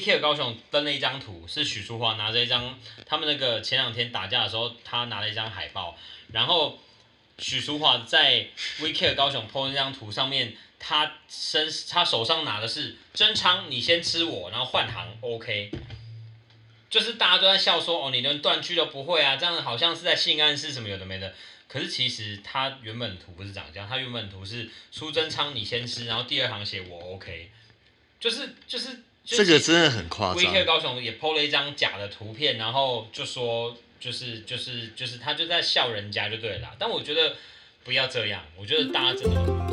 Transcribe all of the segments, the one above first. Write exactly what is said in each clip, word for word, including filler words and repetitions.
K 的高雄登了一张图，是许淑华拿着一张，他们那个前两天打架的时候，他拿了一张海报，然后许淑华在 V K 的高雄 po 那张图上面，他身他手上拿的是真昌，你先吃我，然后换行 OK。就是大家都在笑说，哦，你连断句都不会啊，这样好像是在性暗示什么有的没的。可是其实他原本的图不是长这样，他原本的图是苏贞昌你先吃，然后第二行写我 OK， 就是就是、就是、 这个真的很夸张。 V K 高雄也 po 了一张假的图片，然后就说就是就是就是他就在笑人家就对了啦。但我觉得不要这样，我觉得大家真的。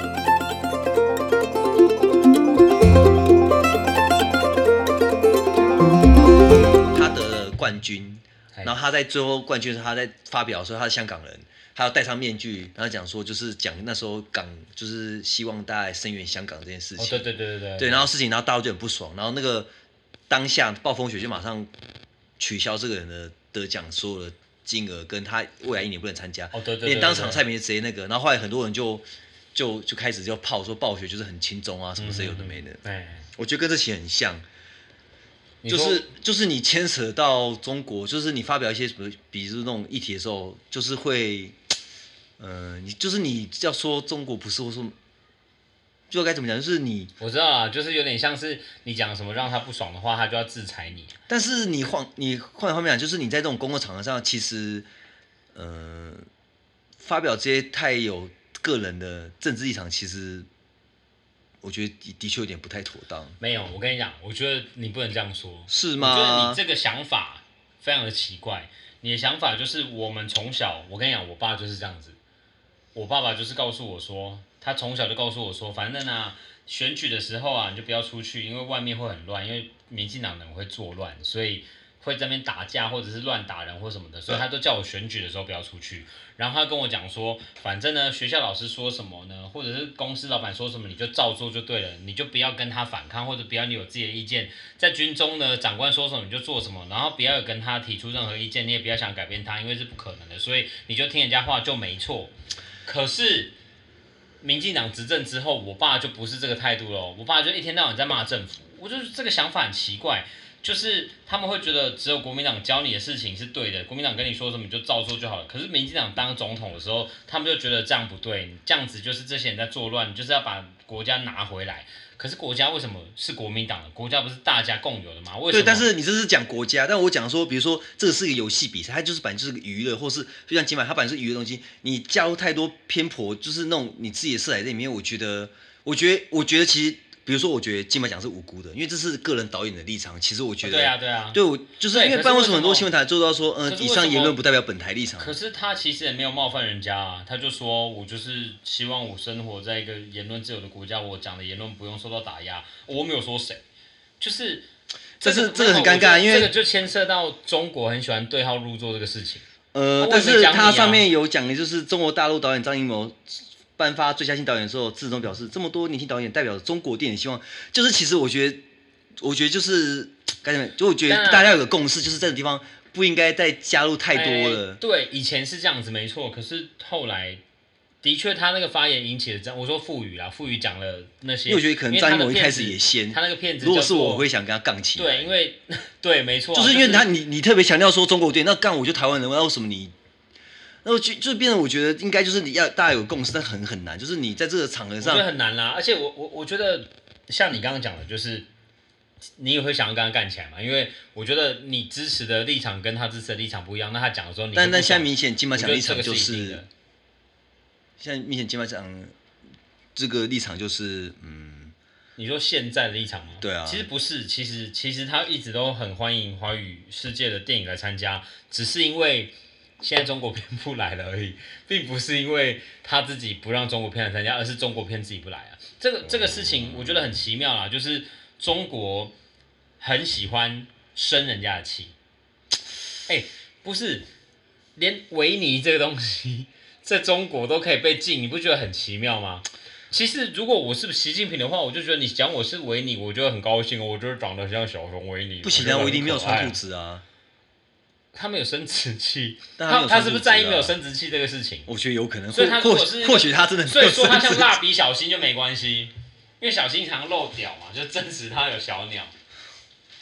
冠军，然后他在最后冠军的时候，他在发表的时候，他是香港人，他要戴上面具，然后讲说就是讲那时候港就是希望大家来声援香港这件事情。 哦，对对对对对。 对，然后事情，然后大家就很不爽，然后那个当下暴风雪就马上取消这个人的得奖所有的金额，跟他未来一年不能参加。 哦，对对对。 连当场蔡明直接那个，然后后来很多人就就就开始就炮说暴雪就是很轻松啊，什么谁有的没的。 对、嗯。 我觉得跟这期很像。就是就是你牵扯到中国，就是你发表一些什么，比如那种议题的时候，就是会，呃，你就是你要说中国不是，或说，就该怎么讲，就是你我知道啦，就是有点像是你讲什么让他不爽的话，他就要制裁你。 但是你换你换方面讲，就是你在这种公共场合上，其实，呃，发表这些太有个人的政治立场，其实。我觉得的确有点不太妥当。 没有，我跟你讲，我觉得你不能这样说。 是吗？ 我觉得你这个想法非常的奇怪。你的想法就是我们从小，我跟你讲，我爸就是这样子。我爸爸就是告诉我说，他从小就告诉我说，反正啊，选举的时候啊，你就不要出去，因为外面会很乱，因为民进党人会作乱，所以会在那边打架或者是乱打人或什么的，所以他都叫我选举的时候不要出去。然后他跟我讲说，反正呢，学校老师说什么呢，或者是公司老板说什么，你就照做就对了，你就不要跟他反抗，或者不要你有自己的意见。在军中呢，长官说什么你就做什么，然后不要有跟他提出任何意见，你也不要想改变他，因为是不可能的，所以你就听人家话就没错。可是民进党执政之后，我爸就不是这个态度了，我爸就一天到晚在骂政府，我就是这个想法很奇怪。就是他们会觉得只有国民党教你的事情是对的，国民党跟你说什么你就照做就好了。可是民进党当总统的时候，他们就觉得这样不对，这样子就是这些人在作乱，你就是要把国家拿回来。可是国家为什么是国民党的？国家不是大家共有的吗？为什么？ 对，但是你这是讲国家，但我讲说，比如说这个是一个游戏比赛，它就是本来就是个娱乐，或是就像今晚它本来是娱乐东西，你加入太多偏颇，就是那种你自己的色彩在里面，我觉得，我觉得，我觉得其实。比如说，我觉得金马奖是无辜的，因为这是个人导演的立场。其实我觉得， 对啊，对啊， 对我就是因为不然为什么很多新闻台做到说，嗯、呃，以上言论不代表本台立场。 可是他其实也没有冒犯人家啊，他就说我就是希望我生活在一个言论自由的国家，我讲的言论不用受到打压。我没有说谁，就是这是这个很尴尬，因为这个就牵涉到中国很喜欢对号入座这个事情。 呃，但是他上面有讲的就是中国大陆导演张艺谋。颁发最佳新导演的时候，自中表示，这么多年轻导演代表中国电影希望，就是其实我觉得，我觉得就是该怎么，就我觉得大家有个共识，就是这个地方不应该再加入太多了。 欸、对，以前是这样子没错，可是后来的确他那个发言引起了这样，我说傅宇啦，傅宇讲了那些， 因为我觉得可能张艺谋一开始也先， 他那个片子， 如果是我，我会想跟他杠起来。 对，因为对，没错， 就是因为他、就是、你你特别强调说中国电影，那干我就台湾人，那为什么你？然后就就变成我觉得应该就是你要大家有共识，但很很难，就是你在这个场合上， 我觉得很难啦。而且我我我觉得像你刚刚讲的，就是你也会想要跟他干起来嘛，因为我觉得你支持的立场跟他支持的立场不一样，那他讲的时候你但但现在明显金马奖立场就是， 是现在明显金马奖这个立场就是嗯， 你说现在的立场吗？ 对啊， 其实不是，其实其实他一直都很欢迎华语世界的电影来参加，只是因为。现在中国片不来了而已，并不是因为他自己不让中国片来参加，而是中国片自己不来啊。这个这个事情我觉得很奇妙啦，就是中国很喜欢生人家的气。哎、欸，不是，连维尼这个东西在中国都可以被禁，你不觉得很奇妙吗？其实如果我是习近平的话，我就觉得你讲我是维尼，我就很高兴，我觉得长得像小熊维尼。 不行啊，维尼没有穿裤子啊。 他没有生殖器， 他他是不是在意没有生殖器这个事情？ 我觉得有可能， 所以他如果是或许他真的， 所以说他像蜡笔小新就没关系，因为小新常漏屌嘛，就证实他有小鸟。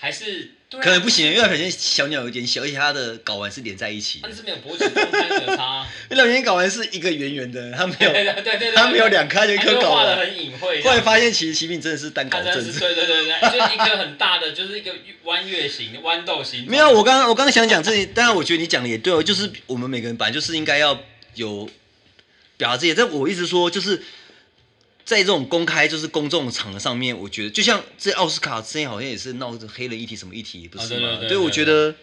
还是、啊、 可能不行，因为它表现小鸟有点小，而且它的睾丸是连在一起的。 它、啊、是没有勃起状态没有差、啊。 因为老年睾丸是一个圆圆的，它没有， 对对对对对它没有两颗，就一颗睾丸。 画的很隐晦。 后来发现其实喜饼真的是单睾症。 对对对对，就是一颗很大的，就是一个弯月形、豌豆形。 没有，我刚刚我刚刚想讲这里，当然我觉得你讲的也对哦，就是我们每个人本来就是应该要有表达自己，但我一直说就是。在这种公开就是公众场合上面，我觉得就像这奥斯卡之前好像也是闹着黑人议题什么议题，不是吗？ 啊、对, 对, 对, 对, 对，我觉得，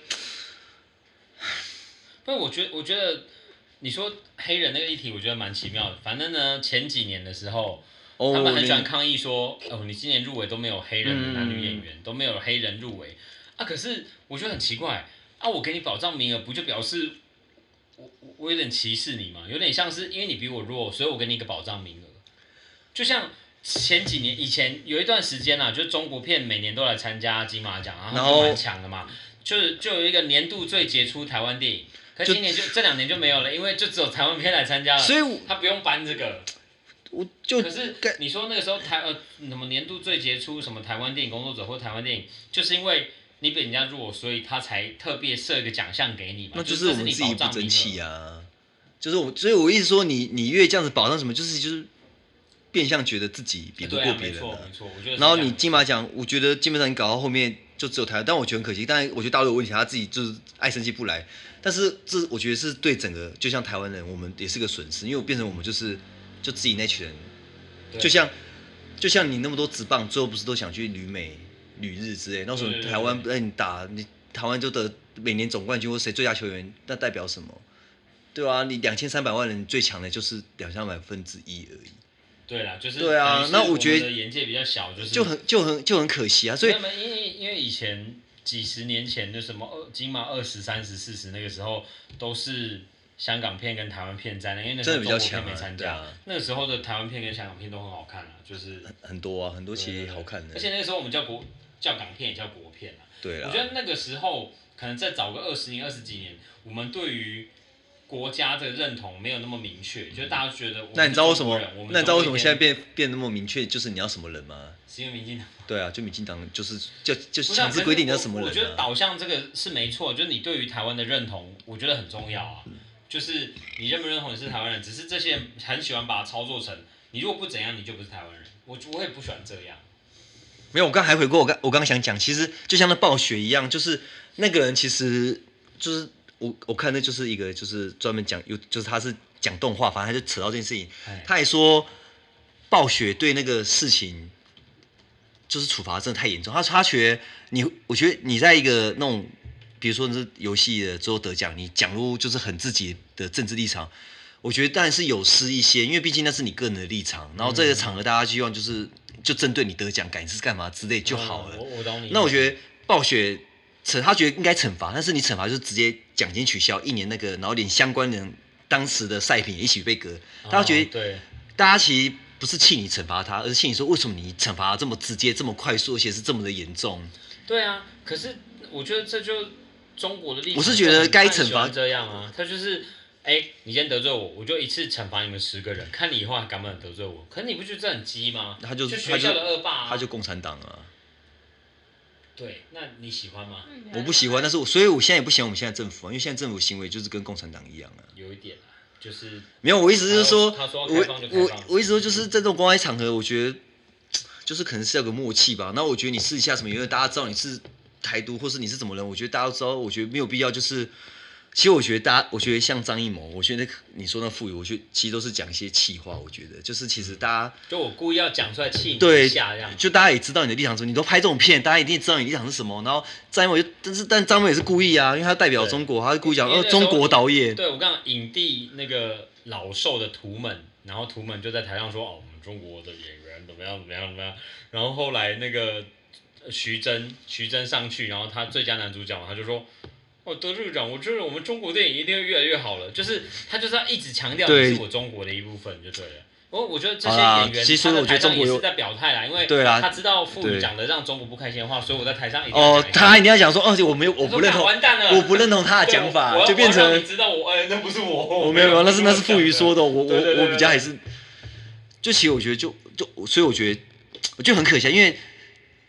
不，我觉得我觉得你说黑人那个议题，我觉得蛮奇妙的。反正呢，前几年的时候，哦、他们很喜欢抗议说，哦，你今年入围都没有黑人的男女演员，嗯、都没有黑人入围啊。可是我觉得很奇怪啊，我给你保障名额，不就表示我我有点歧视你嘛？有点像是因为你比我弱，所以我给你一个保障名额。就像前几年以前有一段时间啊，就是中国片每年都来参加金马奖，然后就蛮强的嘛，就就有一个年度最杰出台湾电影，可今年就这两年就没有了，因为就只有台湾片来参加了， 所以他不用颁这个。 我就可是你说那个时候台呃什么年度最杰出什么台湾电影工作者或台湾电影，就是因为你比人家弱，所以他才特别设一个奖项给你嘛， 那就是我们自己不争气啊。就是我，所以我一直说你你越这样子保障什么，就是就是。变相觉得自己比不过别人了、啊， 没错没错。 然后你金马奖，我觉得基本上你搞到后面就只有台湾，但我觉得很可惜。但我觉得大陆有问题，他自己就是爱生气不来。但是这我觉得是对整个，就像台湾人，我们也是个损失，因为变成我们就是就自己那群人，就像就像你那么多职棒，最后不是都想去旅美、旅日之类？那时候台湾哎你打你台湾就得每年总冠军或谁最佳球员，那代表什么？对啊，你两千三百万人最强的就是两千百分之一而已。 对啦，就是对啊，那我觉得眼界比较小，就是就很就很就很可惜啊。所以因为因为以前几十年前的什么二金马二十三十四十那个时候都是香港片跟台湾片在那，因为那时候中国片没参加，啊、那个时候的台湾片跟香港片都很好看啊，就是很很多啊，很多其实好看的。 而且那个时候我们叫国叫港片也叫国片啊。 对啊， 我觉得那个时候可能再早个二十年二十几年，我们对于国家的认同没有那么明确，就是大家觉得我那你知道为什么？那你知道为什么现在变变那么明确？就是你要什么人吗？ 是因为民进党。 对啊，就民进党就是就就强制规定你要什么人、啊我。我觉得导向这个是没错，就是你对于台湾的认同，我觉得很重要啊。嗯、就是你认不认同你是台湾人，只是这些人很喜欢把它操作成，你如果不怎样，你就不是台湾人。我我也不喜欢这样。 没有，我刚还回过，我刚我刚想讲，其实就像那暴雪一样，就是那个人其实就是。我我看那就是一个就是专门讲有就是他是讲动画，反正他就扯到这件事情，他还说暴雪对那个事情就是处罚真的太严重。他他觉得你，我觉得你在一个那种比如说你是游戏的最后得奖，你讲入就是很自己的政治立场，我觉得当然是有失一些，因为毕竟那是你个人的立场。然后这个场合大家希望就是就针对你得奖，改是干嘛之类就好了。 嗯、我我懂你。 那我觉得暴雪。惩他觉得应该惩罚，但是你惩罚就是直接奖金取消一年那个，然后连相关的当时的赛品也一起被革。大家觉得， 对， 大家其实不是气你惩罚他，而是气你说为什么你惩罚这么直接、这么快速，而且是这么的严重。 对啊，可是我觉得这就中国的立场， 我是觉得该惩罚这样啊，他就是，哎、欸，你今天得罪我，我就一次惩罚你们十个人，看你以后还敢不敢得罪我。可是你不觉得这很鸡吗？ 他就就学校的恶霸、啊， 他就共产党啊。 对，那你喜欢吗？ 我不喜欢，但是我所以我现在也不喜欢我们现在政府啊，因为现在政府行为就是跟共产党一样啊。 有一点啊，就是没有，我意思就是说， 他说开放就开放我我我意思说就是在这种公开场合，我觉得就是可能是要有个默契吧。那我觉得你试一下什么，因为大家知道你是台独，或是你是怎么人，我觉得大家都知道，我觉得没有必要就是。其实我觉得大家，我觉得像张艺谋，我觉得你说那腹语，我觉得其实都是讲一些气话。我觉得就是其实大家就我故意要讲出来气你一下这样， 就大家也知道你的立场是什么，你都拍这种片，大家一定知道你立场是什么。然后张艺谋，但是但张艺谋也是故意啊，因为他代表中国，他是故意讲呃中国导演。 对我刚刚影帝那个老瘦的图们，然后图们就在台上说哦，我们中国的演员怎么样怎么样怎么样。然后后来那个徐峥，徐峥上去，然后他最佳男主角嘛，他就说。哦，得这个奖，我觉得我们中国电影一定会越来越好了。就是他就是要一直强调你是我中国的一部分就对了。我我觉得这些演员， 其实我觉得中国也是在表态啦，因为他知道傅宇讲的让中国不开心的话，所以我在台上一定要讲一下。 哦，他一定要讲说，哦，我没有，我不认同， 完蛋了， 我不认同他的讲法，就变成你知道我，哎，那不是我， 我没有，那是那是傅宇说的，我我我比较还是，就其实我觉得就就所以我觉得我就很可惜，因为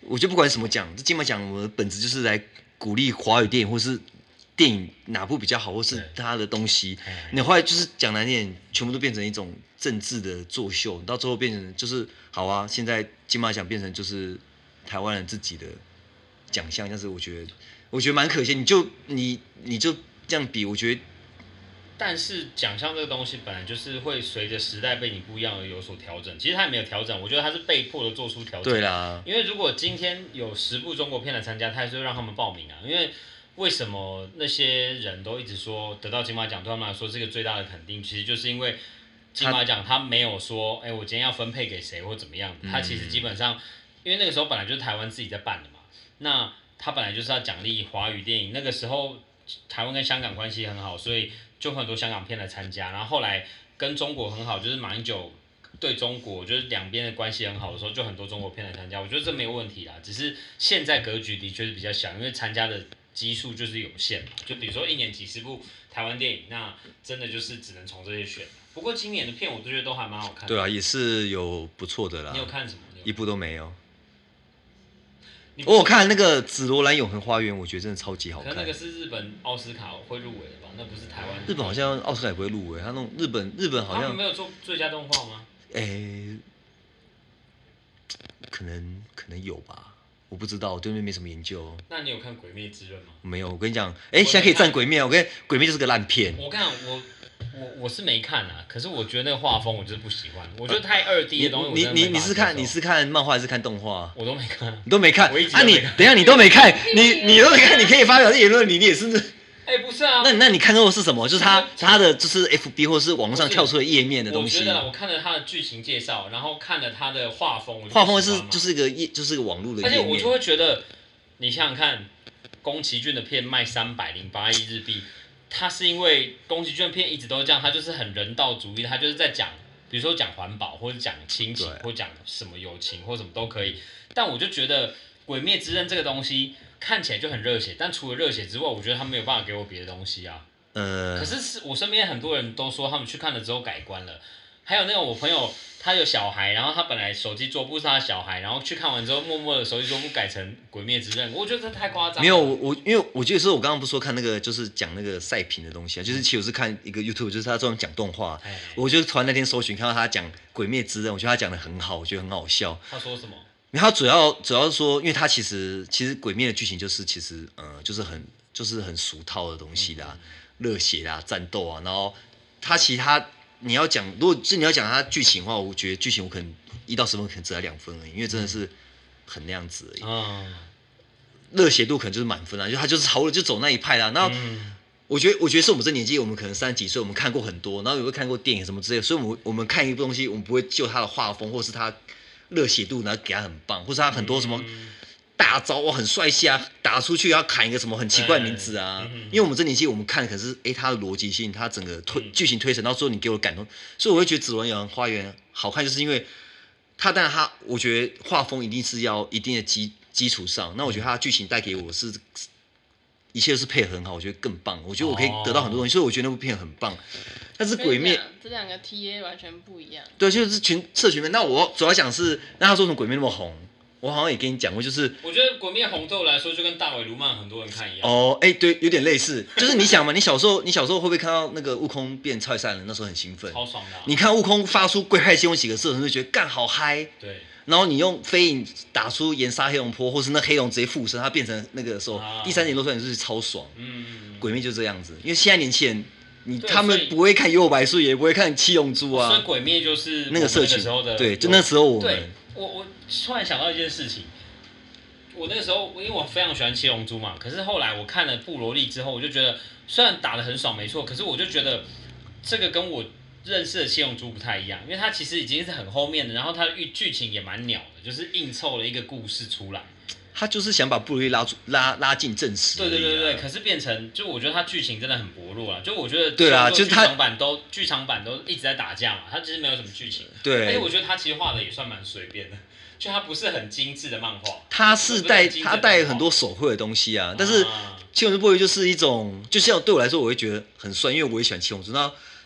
我就不管什么奖，这金马奖我的本质就是来鼓励华语电影或是电影哪部比较好，或是它的东西。你后来就是讲难听点，全部都变成一种政治的作秀，到最后变成就是好啊，现在金马奖变成就是台湾人自己的奖项，但是我觉得我觉得蛮可惜，你就你你就这样比，我觉得。 但是奖项这个东西本来就是会随着时代背景不一样而有所调整，其实它也没有调整，我觉得它是被迫的做出调整。 对啦， 因为如果今天有十部中国片来参加，他还是会让他们报名啊。因为为什么那些人都一直说得到金马奖对他们来说是一个最大的肯定，其实就是因为金马奖他没有说，哎、欸，我今天要分配给谁或怎么样，他其实基本上，因为那个时候本来就是台湾自己在办的嘛，那他本来就是要奖励华语电影，那个时候台湾跟香港关系很好，所以就很多香港片来参加，然后后来跟中国很好，就是马英九对中国就是两边的关系很好的时候，就很多中国片来参加，我觉得这没有问题啦。只是现在格局的确是比较小，因为参加的基数就是有限嘛。就比如说一年几十部台湾电影，那真的就是只能从这些选。不过今年的片我都觉得都还蛮好看的。 对啊，也是有不错的啦。 你有看什么？ 一部都没有。我有看那个《紫罗兰永恒花园》，我觉得真的超级好看。 可那个是日本奥斯卡会入围的吧？那不是台湾。 日本好像奥斯卡也不会入围，他那种日本日本好像。 他们没有做最佳动画吗？ 诶、欸，可能可能有吧，我不知道，我对面没什么研究。 那你有看《鬼灭之刃》吗？ 没有，我跟你讲，哎、欸，现在可以赞《鬼灭》，我跟《鬼灭》就是个烂片。 我看我。我我是没看啊，可是我觉得那个画风我就是不喜欢，我觉得太二 D 的东西我真的没办法接受。 你你你是看你是看漫画还是看动画？ 我都没看， 你都没看。 我一直啊你等一下你都没看，你你都没看，你可以发表这言论，你你也是。 哎、欸，不是啊。 那那你看到的是什么？就是他他的就是 F B 或是网络上跳出的页面的东西。 我觉得我看了他的剧情介绍，然后看了他的画风， 画风是就是一个页就是一个网络的页面。 而且我就会觉得，你想想看，宫崎骏的片卖三百零八亿日币。他是因为宫崎骏片一直都这样，他就是很人道主义，他就是在讲，比如说讲环保，或者讲亲情，或讲什么友情，或什么都可以。但我就觉得《鬼灭之刃》这个东西看起来就很热血，但除了热血之外，我觉得他没有办法给我别的东西啊。呃，可是我身边很多人都说他们去看了之后改观了，还有那种我朋友。他有小孩，然后他本来手机桌布是他的小孩，然后去看完之后，默默的手机桌布改成《鬼灭之刃》，我觉得这太夸张了。 没有我，因为我记得是我刚刚不是说看那个，就是讲那个赛评的东西啊，就是其实我是看一个 YouTube， 就是他专门讲动画，我就突然那天搜寻看到他讲《鬼灭之刃》，我觉得他讲的很好，我觉得很好笑。 他说什么？ 然后他主要主要是说，因为他其实其实《鬼灭》的剧情就是其实呃就是很就是很俗套的东西啦，热血啦、战斗啊，然后他其他。你要讲，如果是你要讲它剧情的话，我觉得剧情我可能一到十分可能只来两分而已，因为真的是很那样子而已。热、嗯、血度可能就是满分啊，就他就是好了就走那一派啦。然后、嗯、我觉得，我觉得是我们这年纪，我们可能三十几岁，我们看过很多，然后也会看过电影什么之类的，所以我们我们看一部东西，我们不会就它的画风或是它热血度，然后给它很棒，或是它很多什么。嗯大招哇，很帅气啊！打出去要砍一个什么很奇怪的名字啊！嗯、因为我们这年纪，我们看可是哎，它的逻辑性，它整个推剧情推陈到最后，你给我感动，所以我会觉得《紫罗兰永恒花园》好看，就是因为它，当然它，我觉得画风一定是要一定的基基础上，那我觉得它的剧情带给我是一切都是配合很好，我觉得更棒。我觉得我可以得到很多东西，哦、所以我觉得那部片很棒。但是《鬼灭》 这两个 T A 完全不一样。 对，就是群社群面。那我主要讲是，那他说什么《鬼灭》那么红？我好像也跟你讲过，就是我觉得《鬼灭》红对我来说就跟大尾卢曼很多人看一样。 哦，哎、欸，对，有点类似。就是你想嘛，你小时候，你小时候会不会看到那个悟空变超级赛亚人？那时候很兴奋， 超爽的、啊。 你看悟空发出龟派气功几个字，你就觉得干好嗨。 对。 然后你用飞影打出岩沙黑龙坡，或是那黑龙直接附身，它变成那个时候、啊、第三点露出来就是超爽。嗯。鬼灭就这样子，因为现在年轻人。你他们不会看《幽游白书》，也不会看《七龙珠》啊。 所以《鬼灭》就是那个社群时候的， 对，就那时候我们。 对，我我突然想到一件事情，我那个时候因为我非常喜欢《七龙珠》嘛，可是后来我看了布罗利之后，我就觉得虽然打得很爽没错，可是我就觉得这个跟我认识的《七龙珠》不太一样，因为它其实已经是很后面的，然后它的剧情也蛮鸟的，就是硬凑了一个故事出来。 他就是想把布罗利拉拉拉进正史、啊。 对对对对，可是变成就我觉得他剧情真的很薄弱了，就我觉得对啦，就是他剧场版都剧场版都一直在打架嘛，他其实没有什么剧情。 对， 而且我觉得他其实画的也算蛮随便的，就他不是很精致的漫画。 他是带他带很多手绘的东西啊，但是七龙珠布罗利就是一种，就像对我来说我会觉得很帅，因为我也喜欢七龙珠。那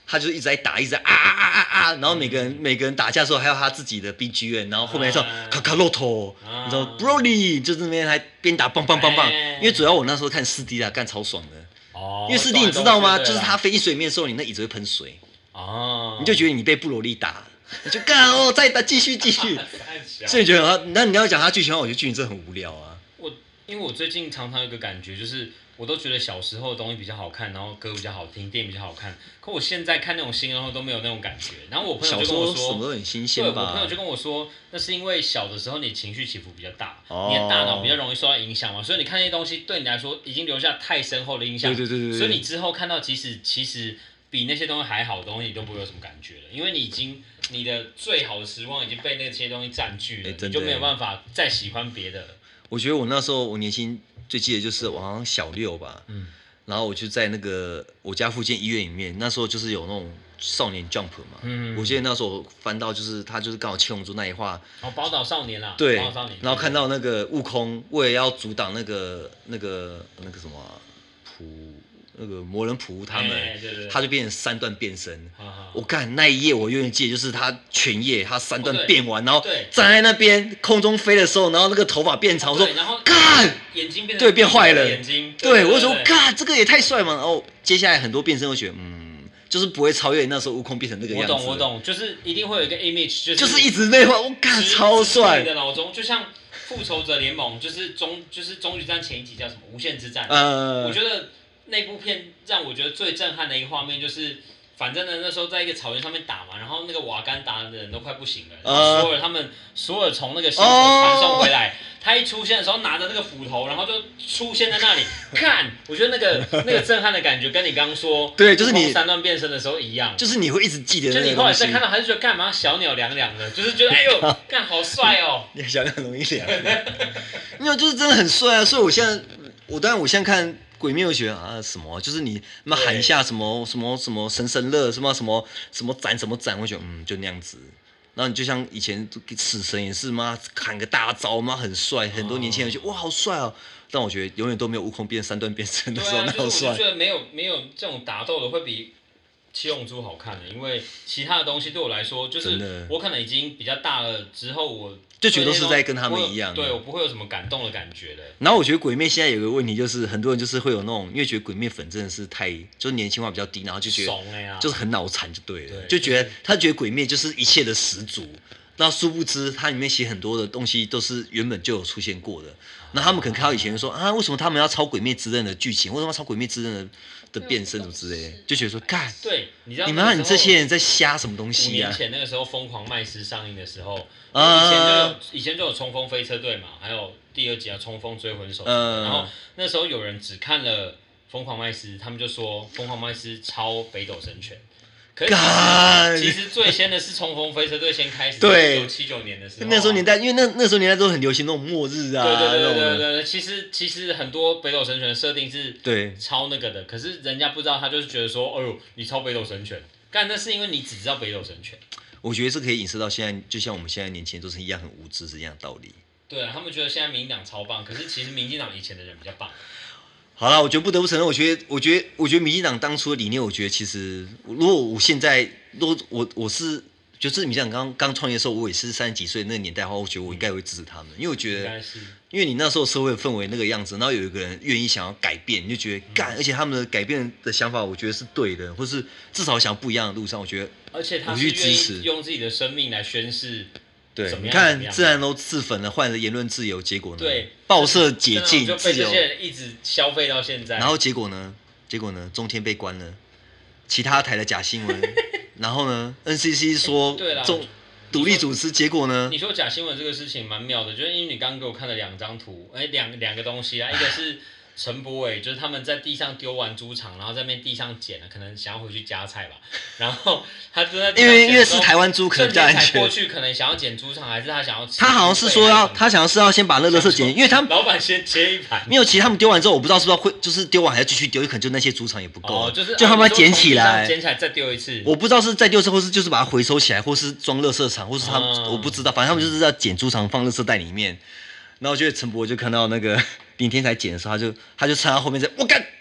他就一直在打，一直在啊啊啊啊啊，然后每个人、嗯、每个人打架的时候还有他自己的 B G M， 然后后面说卡卡洛托，你知道 Broly 就那边还边打棒棒棒棒，因为主要我那时候看四 D 啦，干超爽的。哦，因为四 D 你知道吗？就是他飞进水面的时候，你那椅子会喷水。哦，你就觉得你被布罗利打，你就干哦，再打继续继续。所以你觉得他，那你要讲他剧情的话，我觉得剧情真的很无聊啊。 我因为我最近常常有一个感觉，就是我都觉得小时候的东西比较好看，然后歌比较好听，电影比较好看。可我现在看那种新的都没有那种感觉。然后我朋友就跟我说， 什么都很新鲜吧。 对，我朋友就跟我说，那是因为小的时候你情绪起伏比较大，哦、你的大脑比较容易受到影响嘛，所以你看那些东西对你来说已经留下太深厚的印象。 对对对 对, 对。 所以你之后看到，即使其实。比那些东西还好的东西，你都不会有什么感觉了，因为你已经你的最好的时光已经被那些东西占据了，欸、你就没有办法再喜欢别的了。 我觉得我那时候我年轻最记得就是我好像小六吧，嗯，然后我就在那个我家附近医院里面，那时候就是有那种少年 Jump 嘛，嗯，我记得那时候翻到就是他就是刚好七龙珠那一话， 哦，宝岛少年啦， 对， 宝岛少年， 然后看到那个悟空为了要阻挡那个那个那个什么普。那个魔人普乌他们， 欸、对对对， 他就变成三段变身。我干那一页我永远记得，就是他全页他三段变完， 哦、 然后站在那边空中飞的时候，然后那个头发变长，我说干， 眼睛变对变坏了， 眼睛， 对, 对, 对, 对我说干这个也太帅嘛。然后接下来很多变身，我觉得嗯，就是不会超越那时候悟空变成那个样子。 我懂我懂，就是一定会有一个 image， 就是就是一直那话，我干超帅。 你的脑中就像复仇者联盟，就是终就是终局战前一集叫什么无限之战， 呃， 我觉得。那部片让我觉得最震撼的一个画面就是，反正呢那时候在一个草原上面打嘛，然后那个瓦干达的人都快不行了，然后所有他们所有从那个星球传送回来，他一出现的时候拿着那个斧头，然后就出现在那里，看，我觉得那个那个震撼的感觉跟你刚刚说， 对，就是你三段变身的时候一样， 就是你会一直记得那个东西， 就你后来再看到还是觉得干嘛小鸟凉凉的，就是觉得哎呦干好帅哦， 你小鸟很容易凉，没有就是真的很帅啊，所以我现在我当然我现在看。鬼灭我觉得啊什么，就是你那喊一下什么什么什么神神乐什么什么什么斩什么斩，我觉得嗯就那样子。然后你就像以前死神也是嘛，喊个大招嘛很帅，很多年轻人觉得哇好帅哦。但我觉得永远都没有悟空变三段变身的时候那么帅。 我觉得没有没有这种打斗的会比七龙珠好看的，因为其他的东西对我来说，就是我可能已经比较大了之后我。 就觉得都是在跟他们一样， 对我不会有什么感动的感觉的。 然后我觉得鬼灭现在有个问题，就是很多人就是会有那种，因为觉得鬼灭粉真的是太就是年轻化比较低，然后就觉得就是很脑残就对了，对就觉得他觉得鬼灭就是一切的始祖。那殊不知它里面写很多的东西都是原本就有出现过的。那他们可能看到以前说啊，为什么他们要抄《鬼灭之刃》的剧情？为什么要抄《鬼灭之刃》的的变身什么之类的？就觉得说，干， 对，你知道你们你这些人在瞎什么东西啊？ 五年前那个时候《疯狂麦斯》上映的时候，呃、以前就有以前就有冲锋飞车队嘛，还有第二集啊冲锋追魂手，呃、然后那时候有人只看了《疯狂麦斯》，他们就说《疯狂麦斯》抄北斗神拳。可是其实最先的是冲锋飞车队先开始， 对， 一九七九年的时候， 那时候年代，因为那那时候年代都很流行那种末日啊， 对对对对对对，其实其实很多北斗神拳的设定是对抄那个的，可是人家不知道，他就是觉得说，哎呦，你抄北斗神拳，干那是因为你只知道北斗神拳。 我觉得这可以影射到现在，就像我们现在年轻人都是一样很无知是一样的道理。 对啊，他们觉得现在民进党超棒，可是其实民进党以前的人比较棒。 好了，我觉得不得不承认，我觉得，我觉得，我觉得民进党当初的理念，我觉得其实，如果我现在，如果我我是，就是民进党刚刚创业的时候，我也是三十几岁那个年代的话，我觉得我应该会支持他们，因为我觉得，因为你那时候社会氛围那个样子，然后有一个人愿意想要改变，你就觉得干，而且他们的改变的想法，我觉得是对的，或是至少想不一样的路上，我觉得， 而且他是愿意用自己的生命来宣示。 对，你看，自然都自焚了，换了言论自由，结果呢？ 对， 报社解禁， 就被这些人一直消费到现在。 然后结果呢？结果呢？中天被关了，其他台的假新闻，然后呢 ？N C C 说中独立主持，结果呢？ 你说假新闻这个事情蛮妙的，就是因为你刚刚给我看了两张图，哎，两两个东西啊，一个是。陈柏伟就是他们在地上丢完猪肠，然后在那边地上捡了，可能想要回去夹菜吧。然后他就在因为因为是台湾猪，可能比较安全。 过去可能想要捡猪肠，还是他想要吃？ 他好像是说要，他想要是要先把那垃圾捡，因为他们老板先切一盘。 没有，其实他们丢完之后，我不知道是不是会就是丢完还要继续丢，可能就那些猪肠也不够， 哦、就是就他们捡起来， 捡起来再丢一次。 我不知道是再丢一次，或是就是把它回收起来，或是装垃圾场，或是他们、嗯、我不知道，反正他们就是要捡猪肠放垃圾袋里面。然后我觉得陈柏就看到那个林天才捡的时候，他就他就趁他后面在，我干，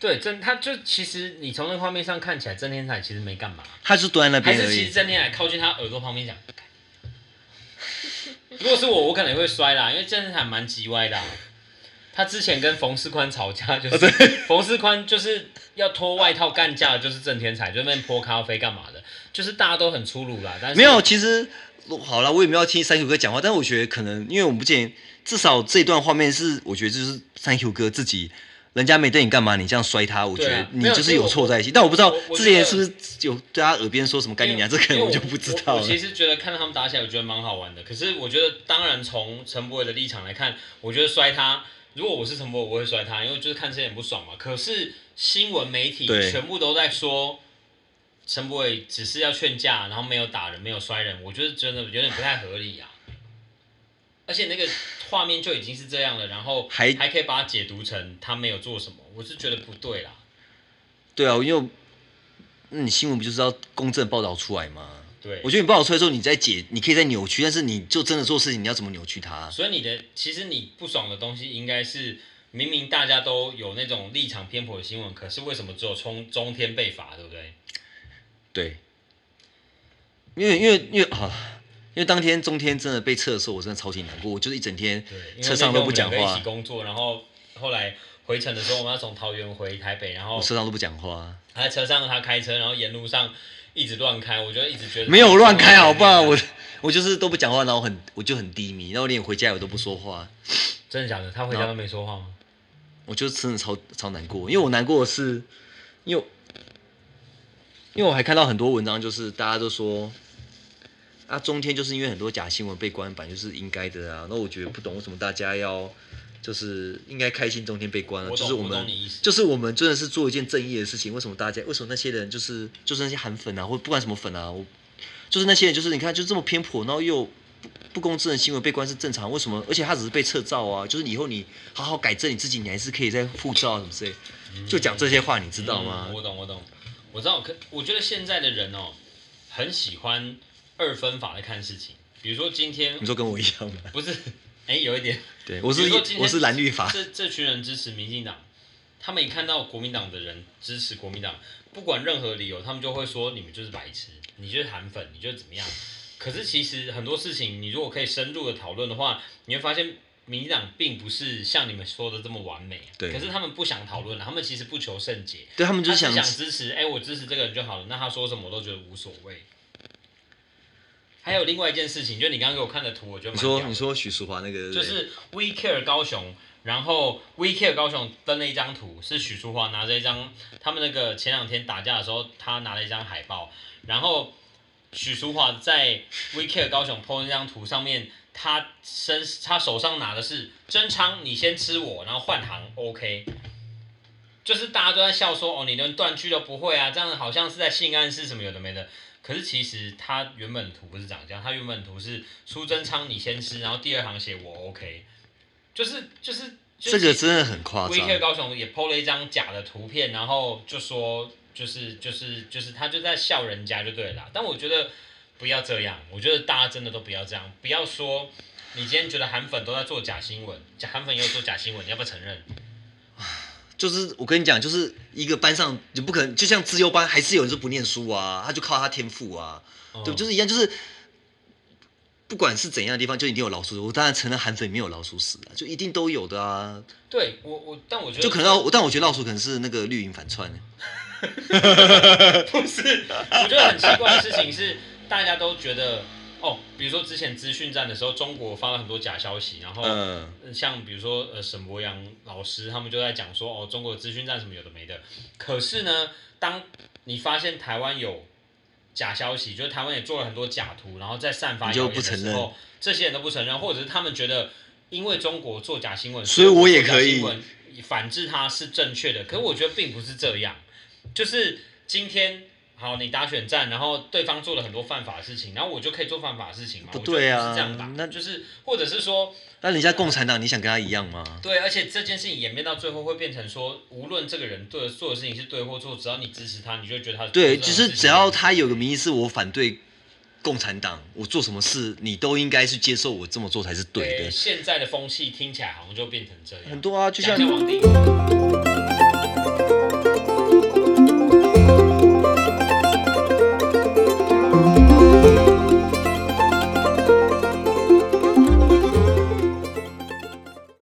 对，真他就其实你从那个画面上看起来，郑天才其实没干嘛， 他就是蹲在那边而已。 还是其实郑天才靠近他耳朵旁边讲。如果是我，我可能也会摔啦，因为郑天才蛮急歪的、啊。他之前跟冯世宽吵架，就是冯世宽就是要脱外套干架的，就是郑天才，就那边泼咖啡干嘛的，就是大家都很粗鲁啦。但是没有，其实好了，我也没有听三 Q 哥讲话，但是我觉得可能因为我们不见，至少这段画面是我觉得就是三 Q 哥自己。人家没对你干嘛，你这样摔他，我觉得你就是有错在一起。但我不知道之前是不是有在他耳边说什么干你娘，这可能我就不知道了。 我其实觉得看到他们打起来，我觉得蛮好玩的。可是我觉得，当然从陈柏惟的立场来看，我觉得摔他，如果我是陈柏惟，我会摔他，因为就是看这点不爽嘛。可是新闻媒体全部都在说陈柏惟只是要劝架，然后没有打人，没有摔人，我觉得真的有点不太合理啊。而且那个画面就已经是这样了，然后还还可以把它解读成他没有做什么，我是觉得不对啦。 对啊，因为你新闻不就是要公正报道出来吗？ 对， 我觉得你报道出来之后，你再解，你可以再扭曲，但是你就真的做事情，你要怎么扭曲它？ 所以你的其实你不爽的东西，应该是明明大家都有那种立场偏颇的新闻，可是为什么只有中中天被罚，对不对？ 对，因为因为因为啊。因为当天中天真的被撤的时候，我真的超级难过，我就是一整天车上都不讲话。 一起工作，然后后来回程的时候，我们要从桃园回台北，然后我车上都不讲话。 他在车上他开车，然后沿路上一直乱开，我就一直觉得没有乱开，好不好？我我就是都不讲话，然后很我就很低迷，然后连回家我都不说话。 真的假的？他回家都没说话吗？ 我就真的超超难过，因为我难过的是，因为因为我还看到很多文章，就是大家都说。啊，中天就是因为很多假新闻被关版，就是应该的啊。那我觉得不懂为什么大家要，就是应该开心中天被关了，就是我们，就是我们真的是做一件正义的事情。为什么大家，为什么那些人就是就是那些韩粉啊，或不管什么粉啊，我就是那些人，就是你看就这么偏颇，然后又不不公正的新闻被关是正常，为什么？而且他只是被撤照啊，就是以后你好好改正你自己，你还是可以再复照什么之类，就讲这些话，你知道吗？ 嗯、我懂，我懂，我知道。可我觉得现在的人哦，很喜欢。二分法来看事情，比如说今天， 你说跟我一样吗？ 不是，哎、欸，有一点， 对，我是我是蓝绿法。 这这群人支持民进党，他们一看到国民党的人支持国民党，不管任何理由，他们就会说你们就是白痴，你就是韩粉，你就是怎么样。可是其实很多事情，你如果可以深入的讨论的话，你会发现民进党并不是像你们说的这么完美。对。可是他们不想讨论了，他们其实不求甚解。 对，他们就想想支持，哎、欸，我支持这个人就好了，那他说什么我都觉得无所谓。还有另外一件事情，就是你刚刚给我看的图，我觉得蛮屌的。 你说你说许淑华那个， 就是 We Care 高雄，然后 We Care 高雄登了一张图，是许淑华拿着一张，他们那个前两天打架的时候，他拿了一张海报，然后许淑华在 We Care 高雄 po 那张图上面，他身他手上拿的是真昌，你先吃我，然后换行 OK。就是大家都在笑说，哦，你连断句都不会啊，这样好像是在性暗示什么有的没的。可是其实他原本图不是长这样，他原本图是苏贞昌你先吃，然后第二行写我 OK， 就是就是、就是、 这个真的很夸张。 V K 高雄也 po 了一张假的图片，然后就说就是就是就是他就在笑人家就对了啦。但我觉得不要这样，我觉得大家真的都不要这样，不要说你今天觉得韩粉都在做假新闻，假韩粉也有做假新闻，你要不要承认？ 就是我跟你讲，就是一个班上你不可能，就像自优班还是有人就不念书啊，他就靠他天赋啊，哦、对，就是一样，就是不管是怎样的地方，就一定有老鼠屎。我当然承认韩粉里面有老鼠屎啊，就一定都有的啊。 对我我，但我觉得就可能，但我觉得老鼠可能是那个绿营反串。 不是，我觉得很奇怪的事情是，大家都觉得。哦，比如说之前资讯战的时候，中国发了很多假消息，然后像比如说呃沈博阳老师他们就在讲说哦中国的资讯战什么有的没的，可是呢，当你发现台湾有假消息，就是台湾也做了很多假图，然后再散发谣言的时候，这些人都不承认，或者是他们觉得因为中国做假新闻， 所以我也可以反制它是正确的，可是我觉得并不是这样，就是今天。好，你打选战，然后对方做了很多犯法的事情，然后我就可以做犯法的事情吗？ 不对啊， 是这样吧？那就是或者是说， 那人家共产党，你想跟他一样吗？ 对，而且这件事情演变到最后会变成说，无论这个人对做的事情是对或错，只要你支持他，你就觉得他对，就是只要他有个名义是我反对共产党，我做什么事你都应该去接受我这么做才是对的。 现在的风气听起来好像就变成这样， 很多啊，就像王定宇。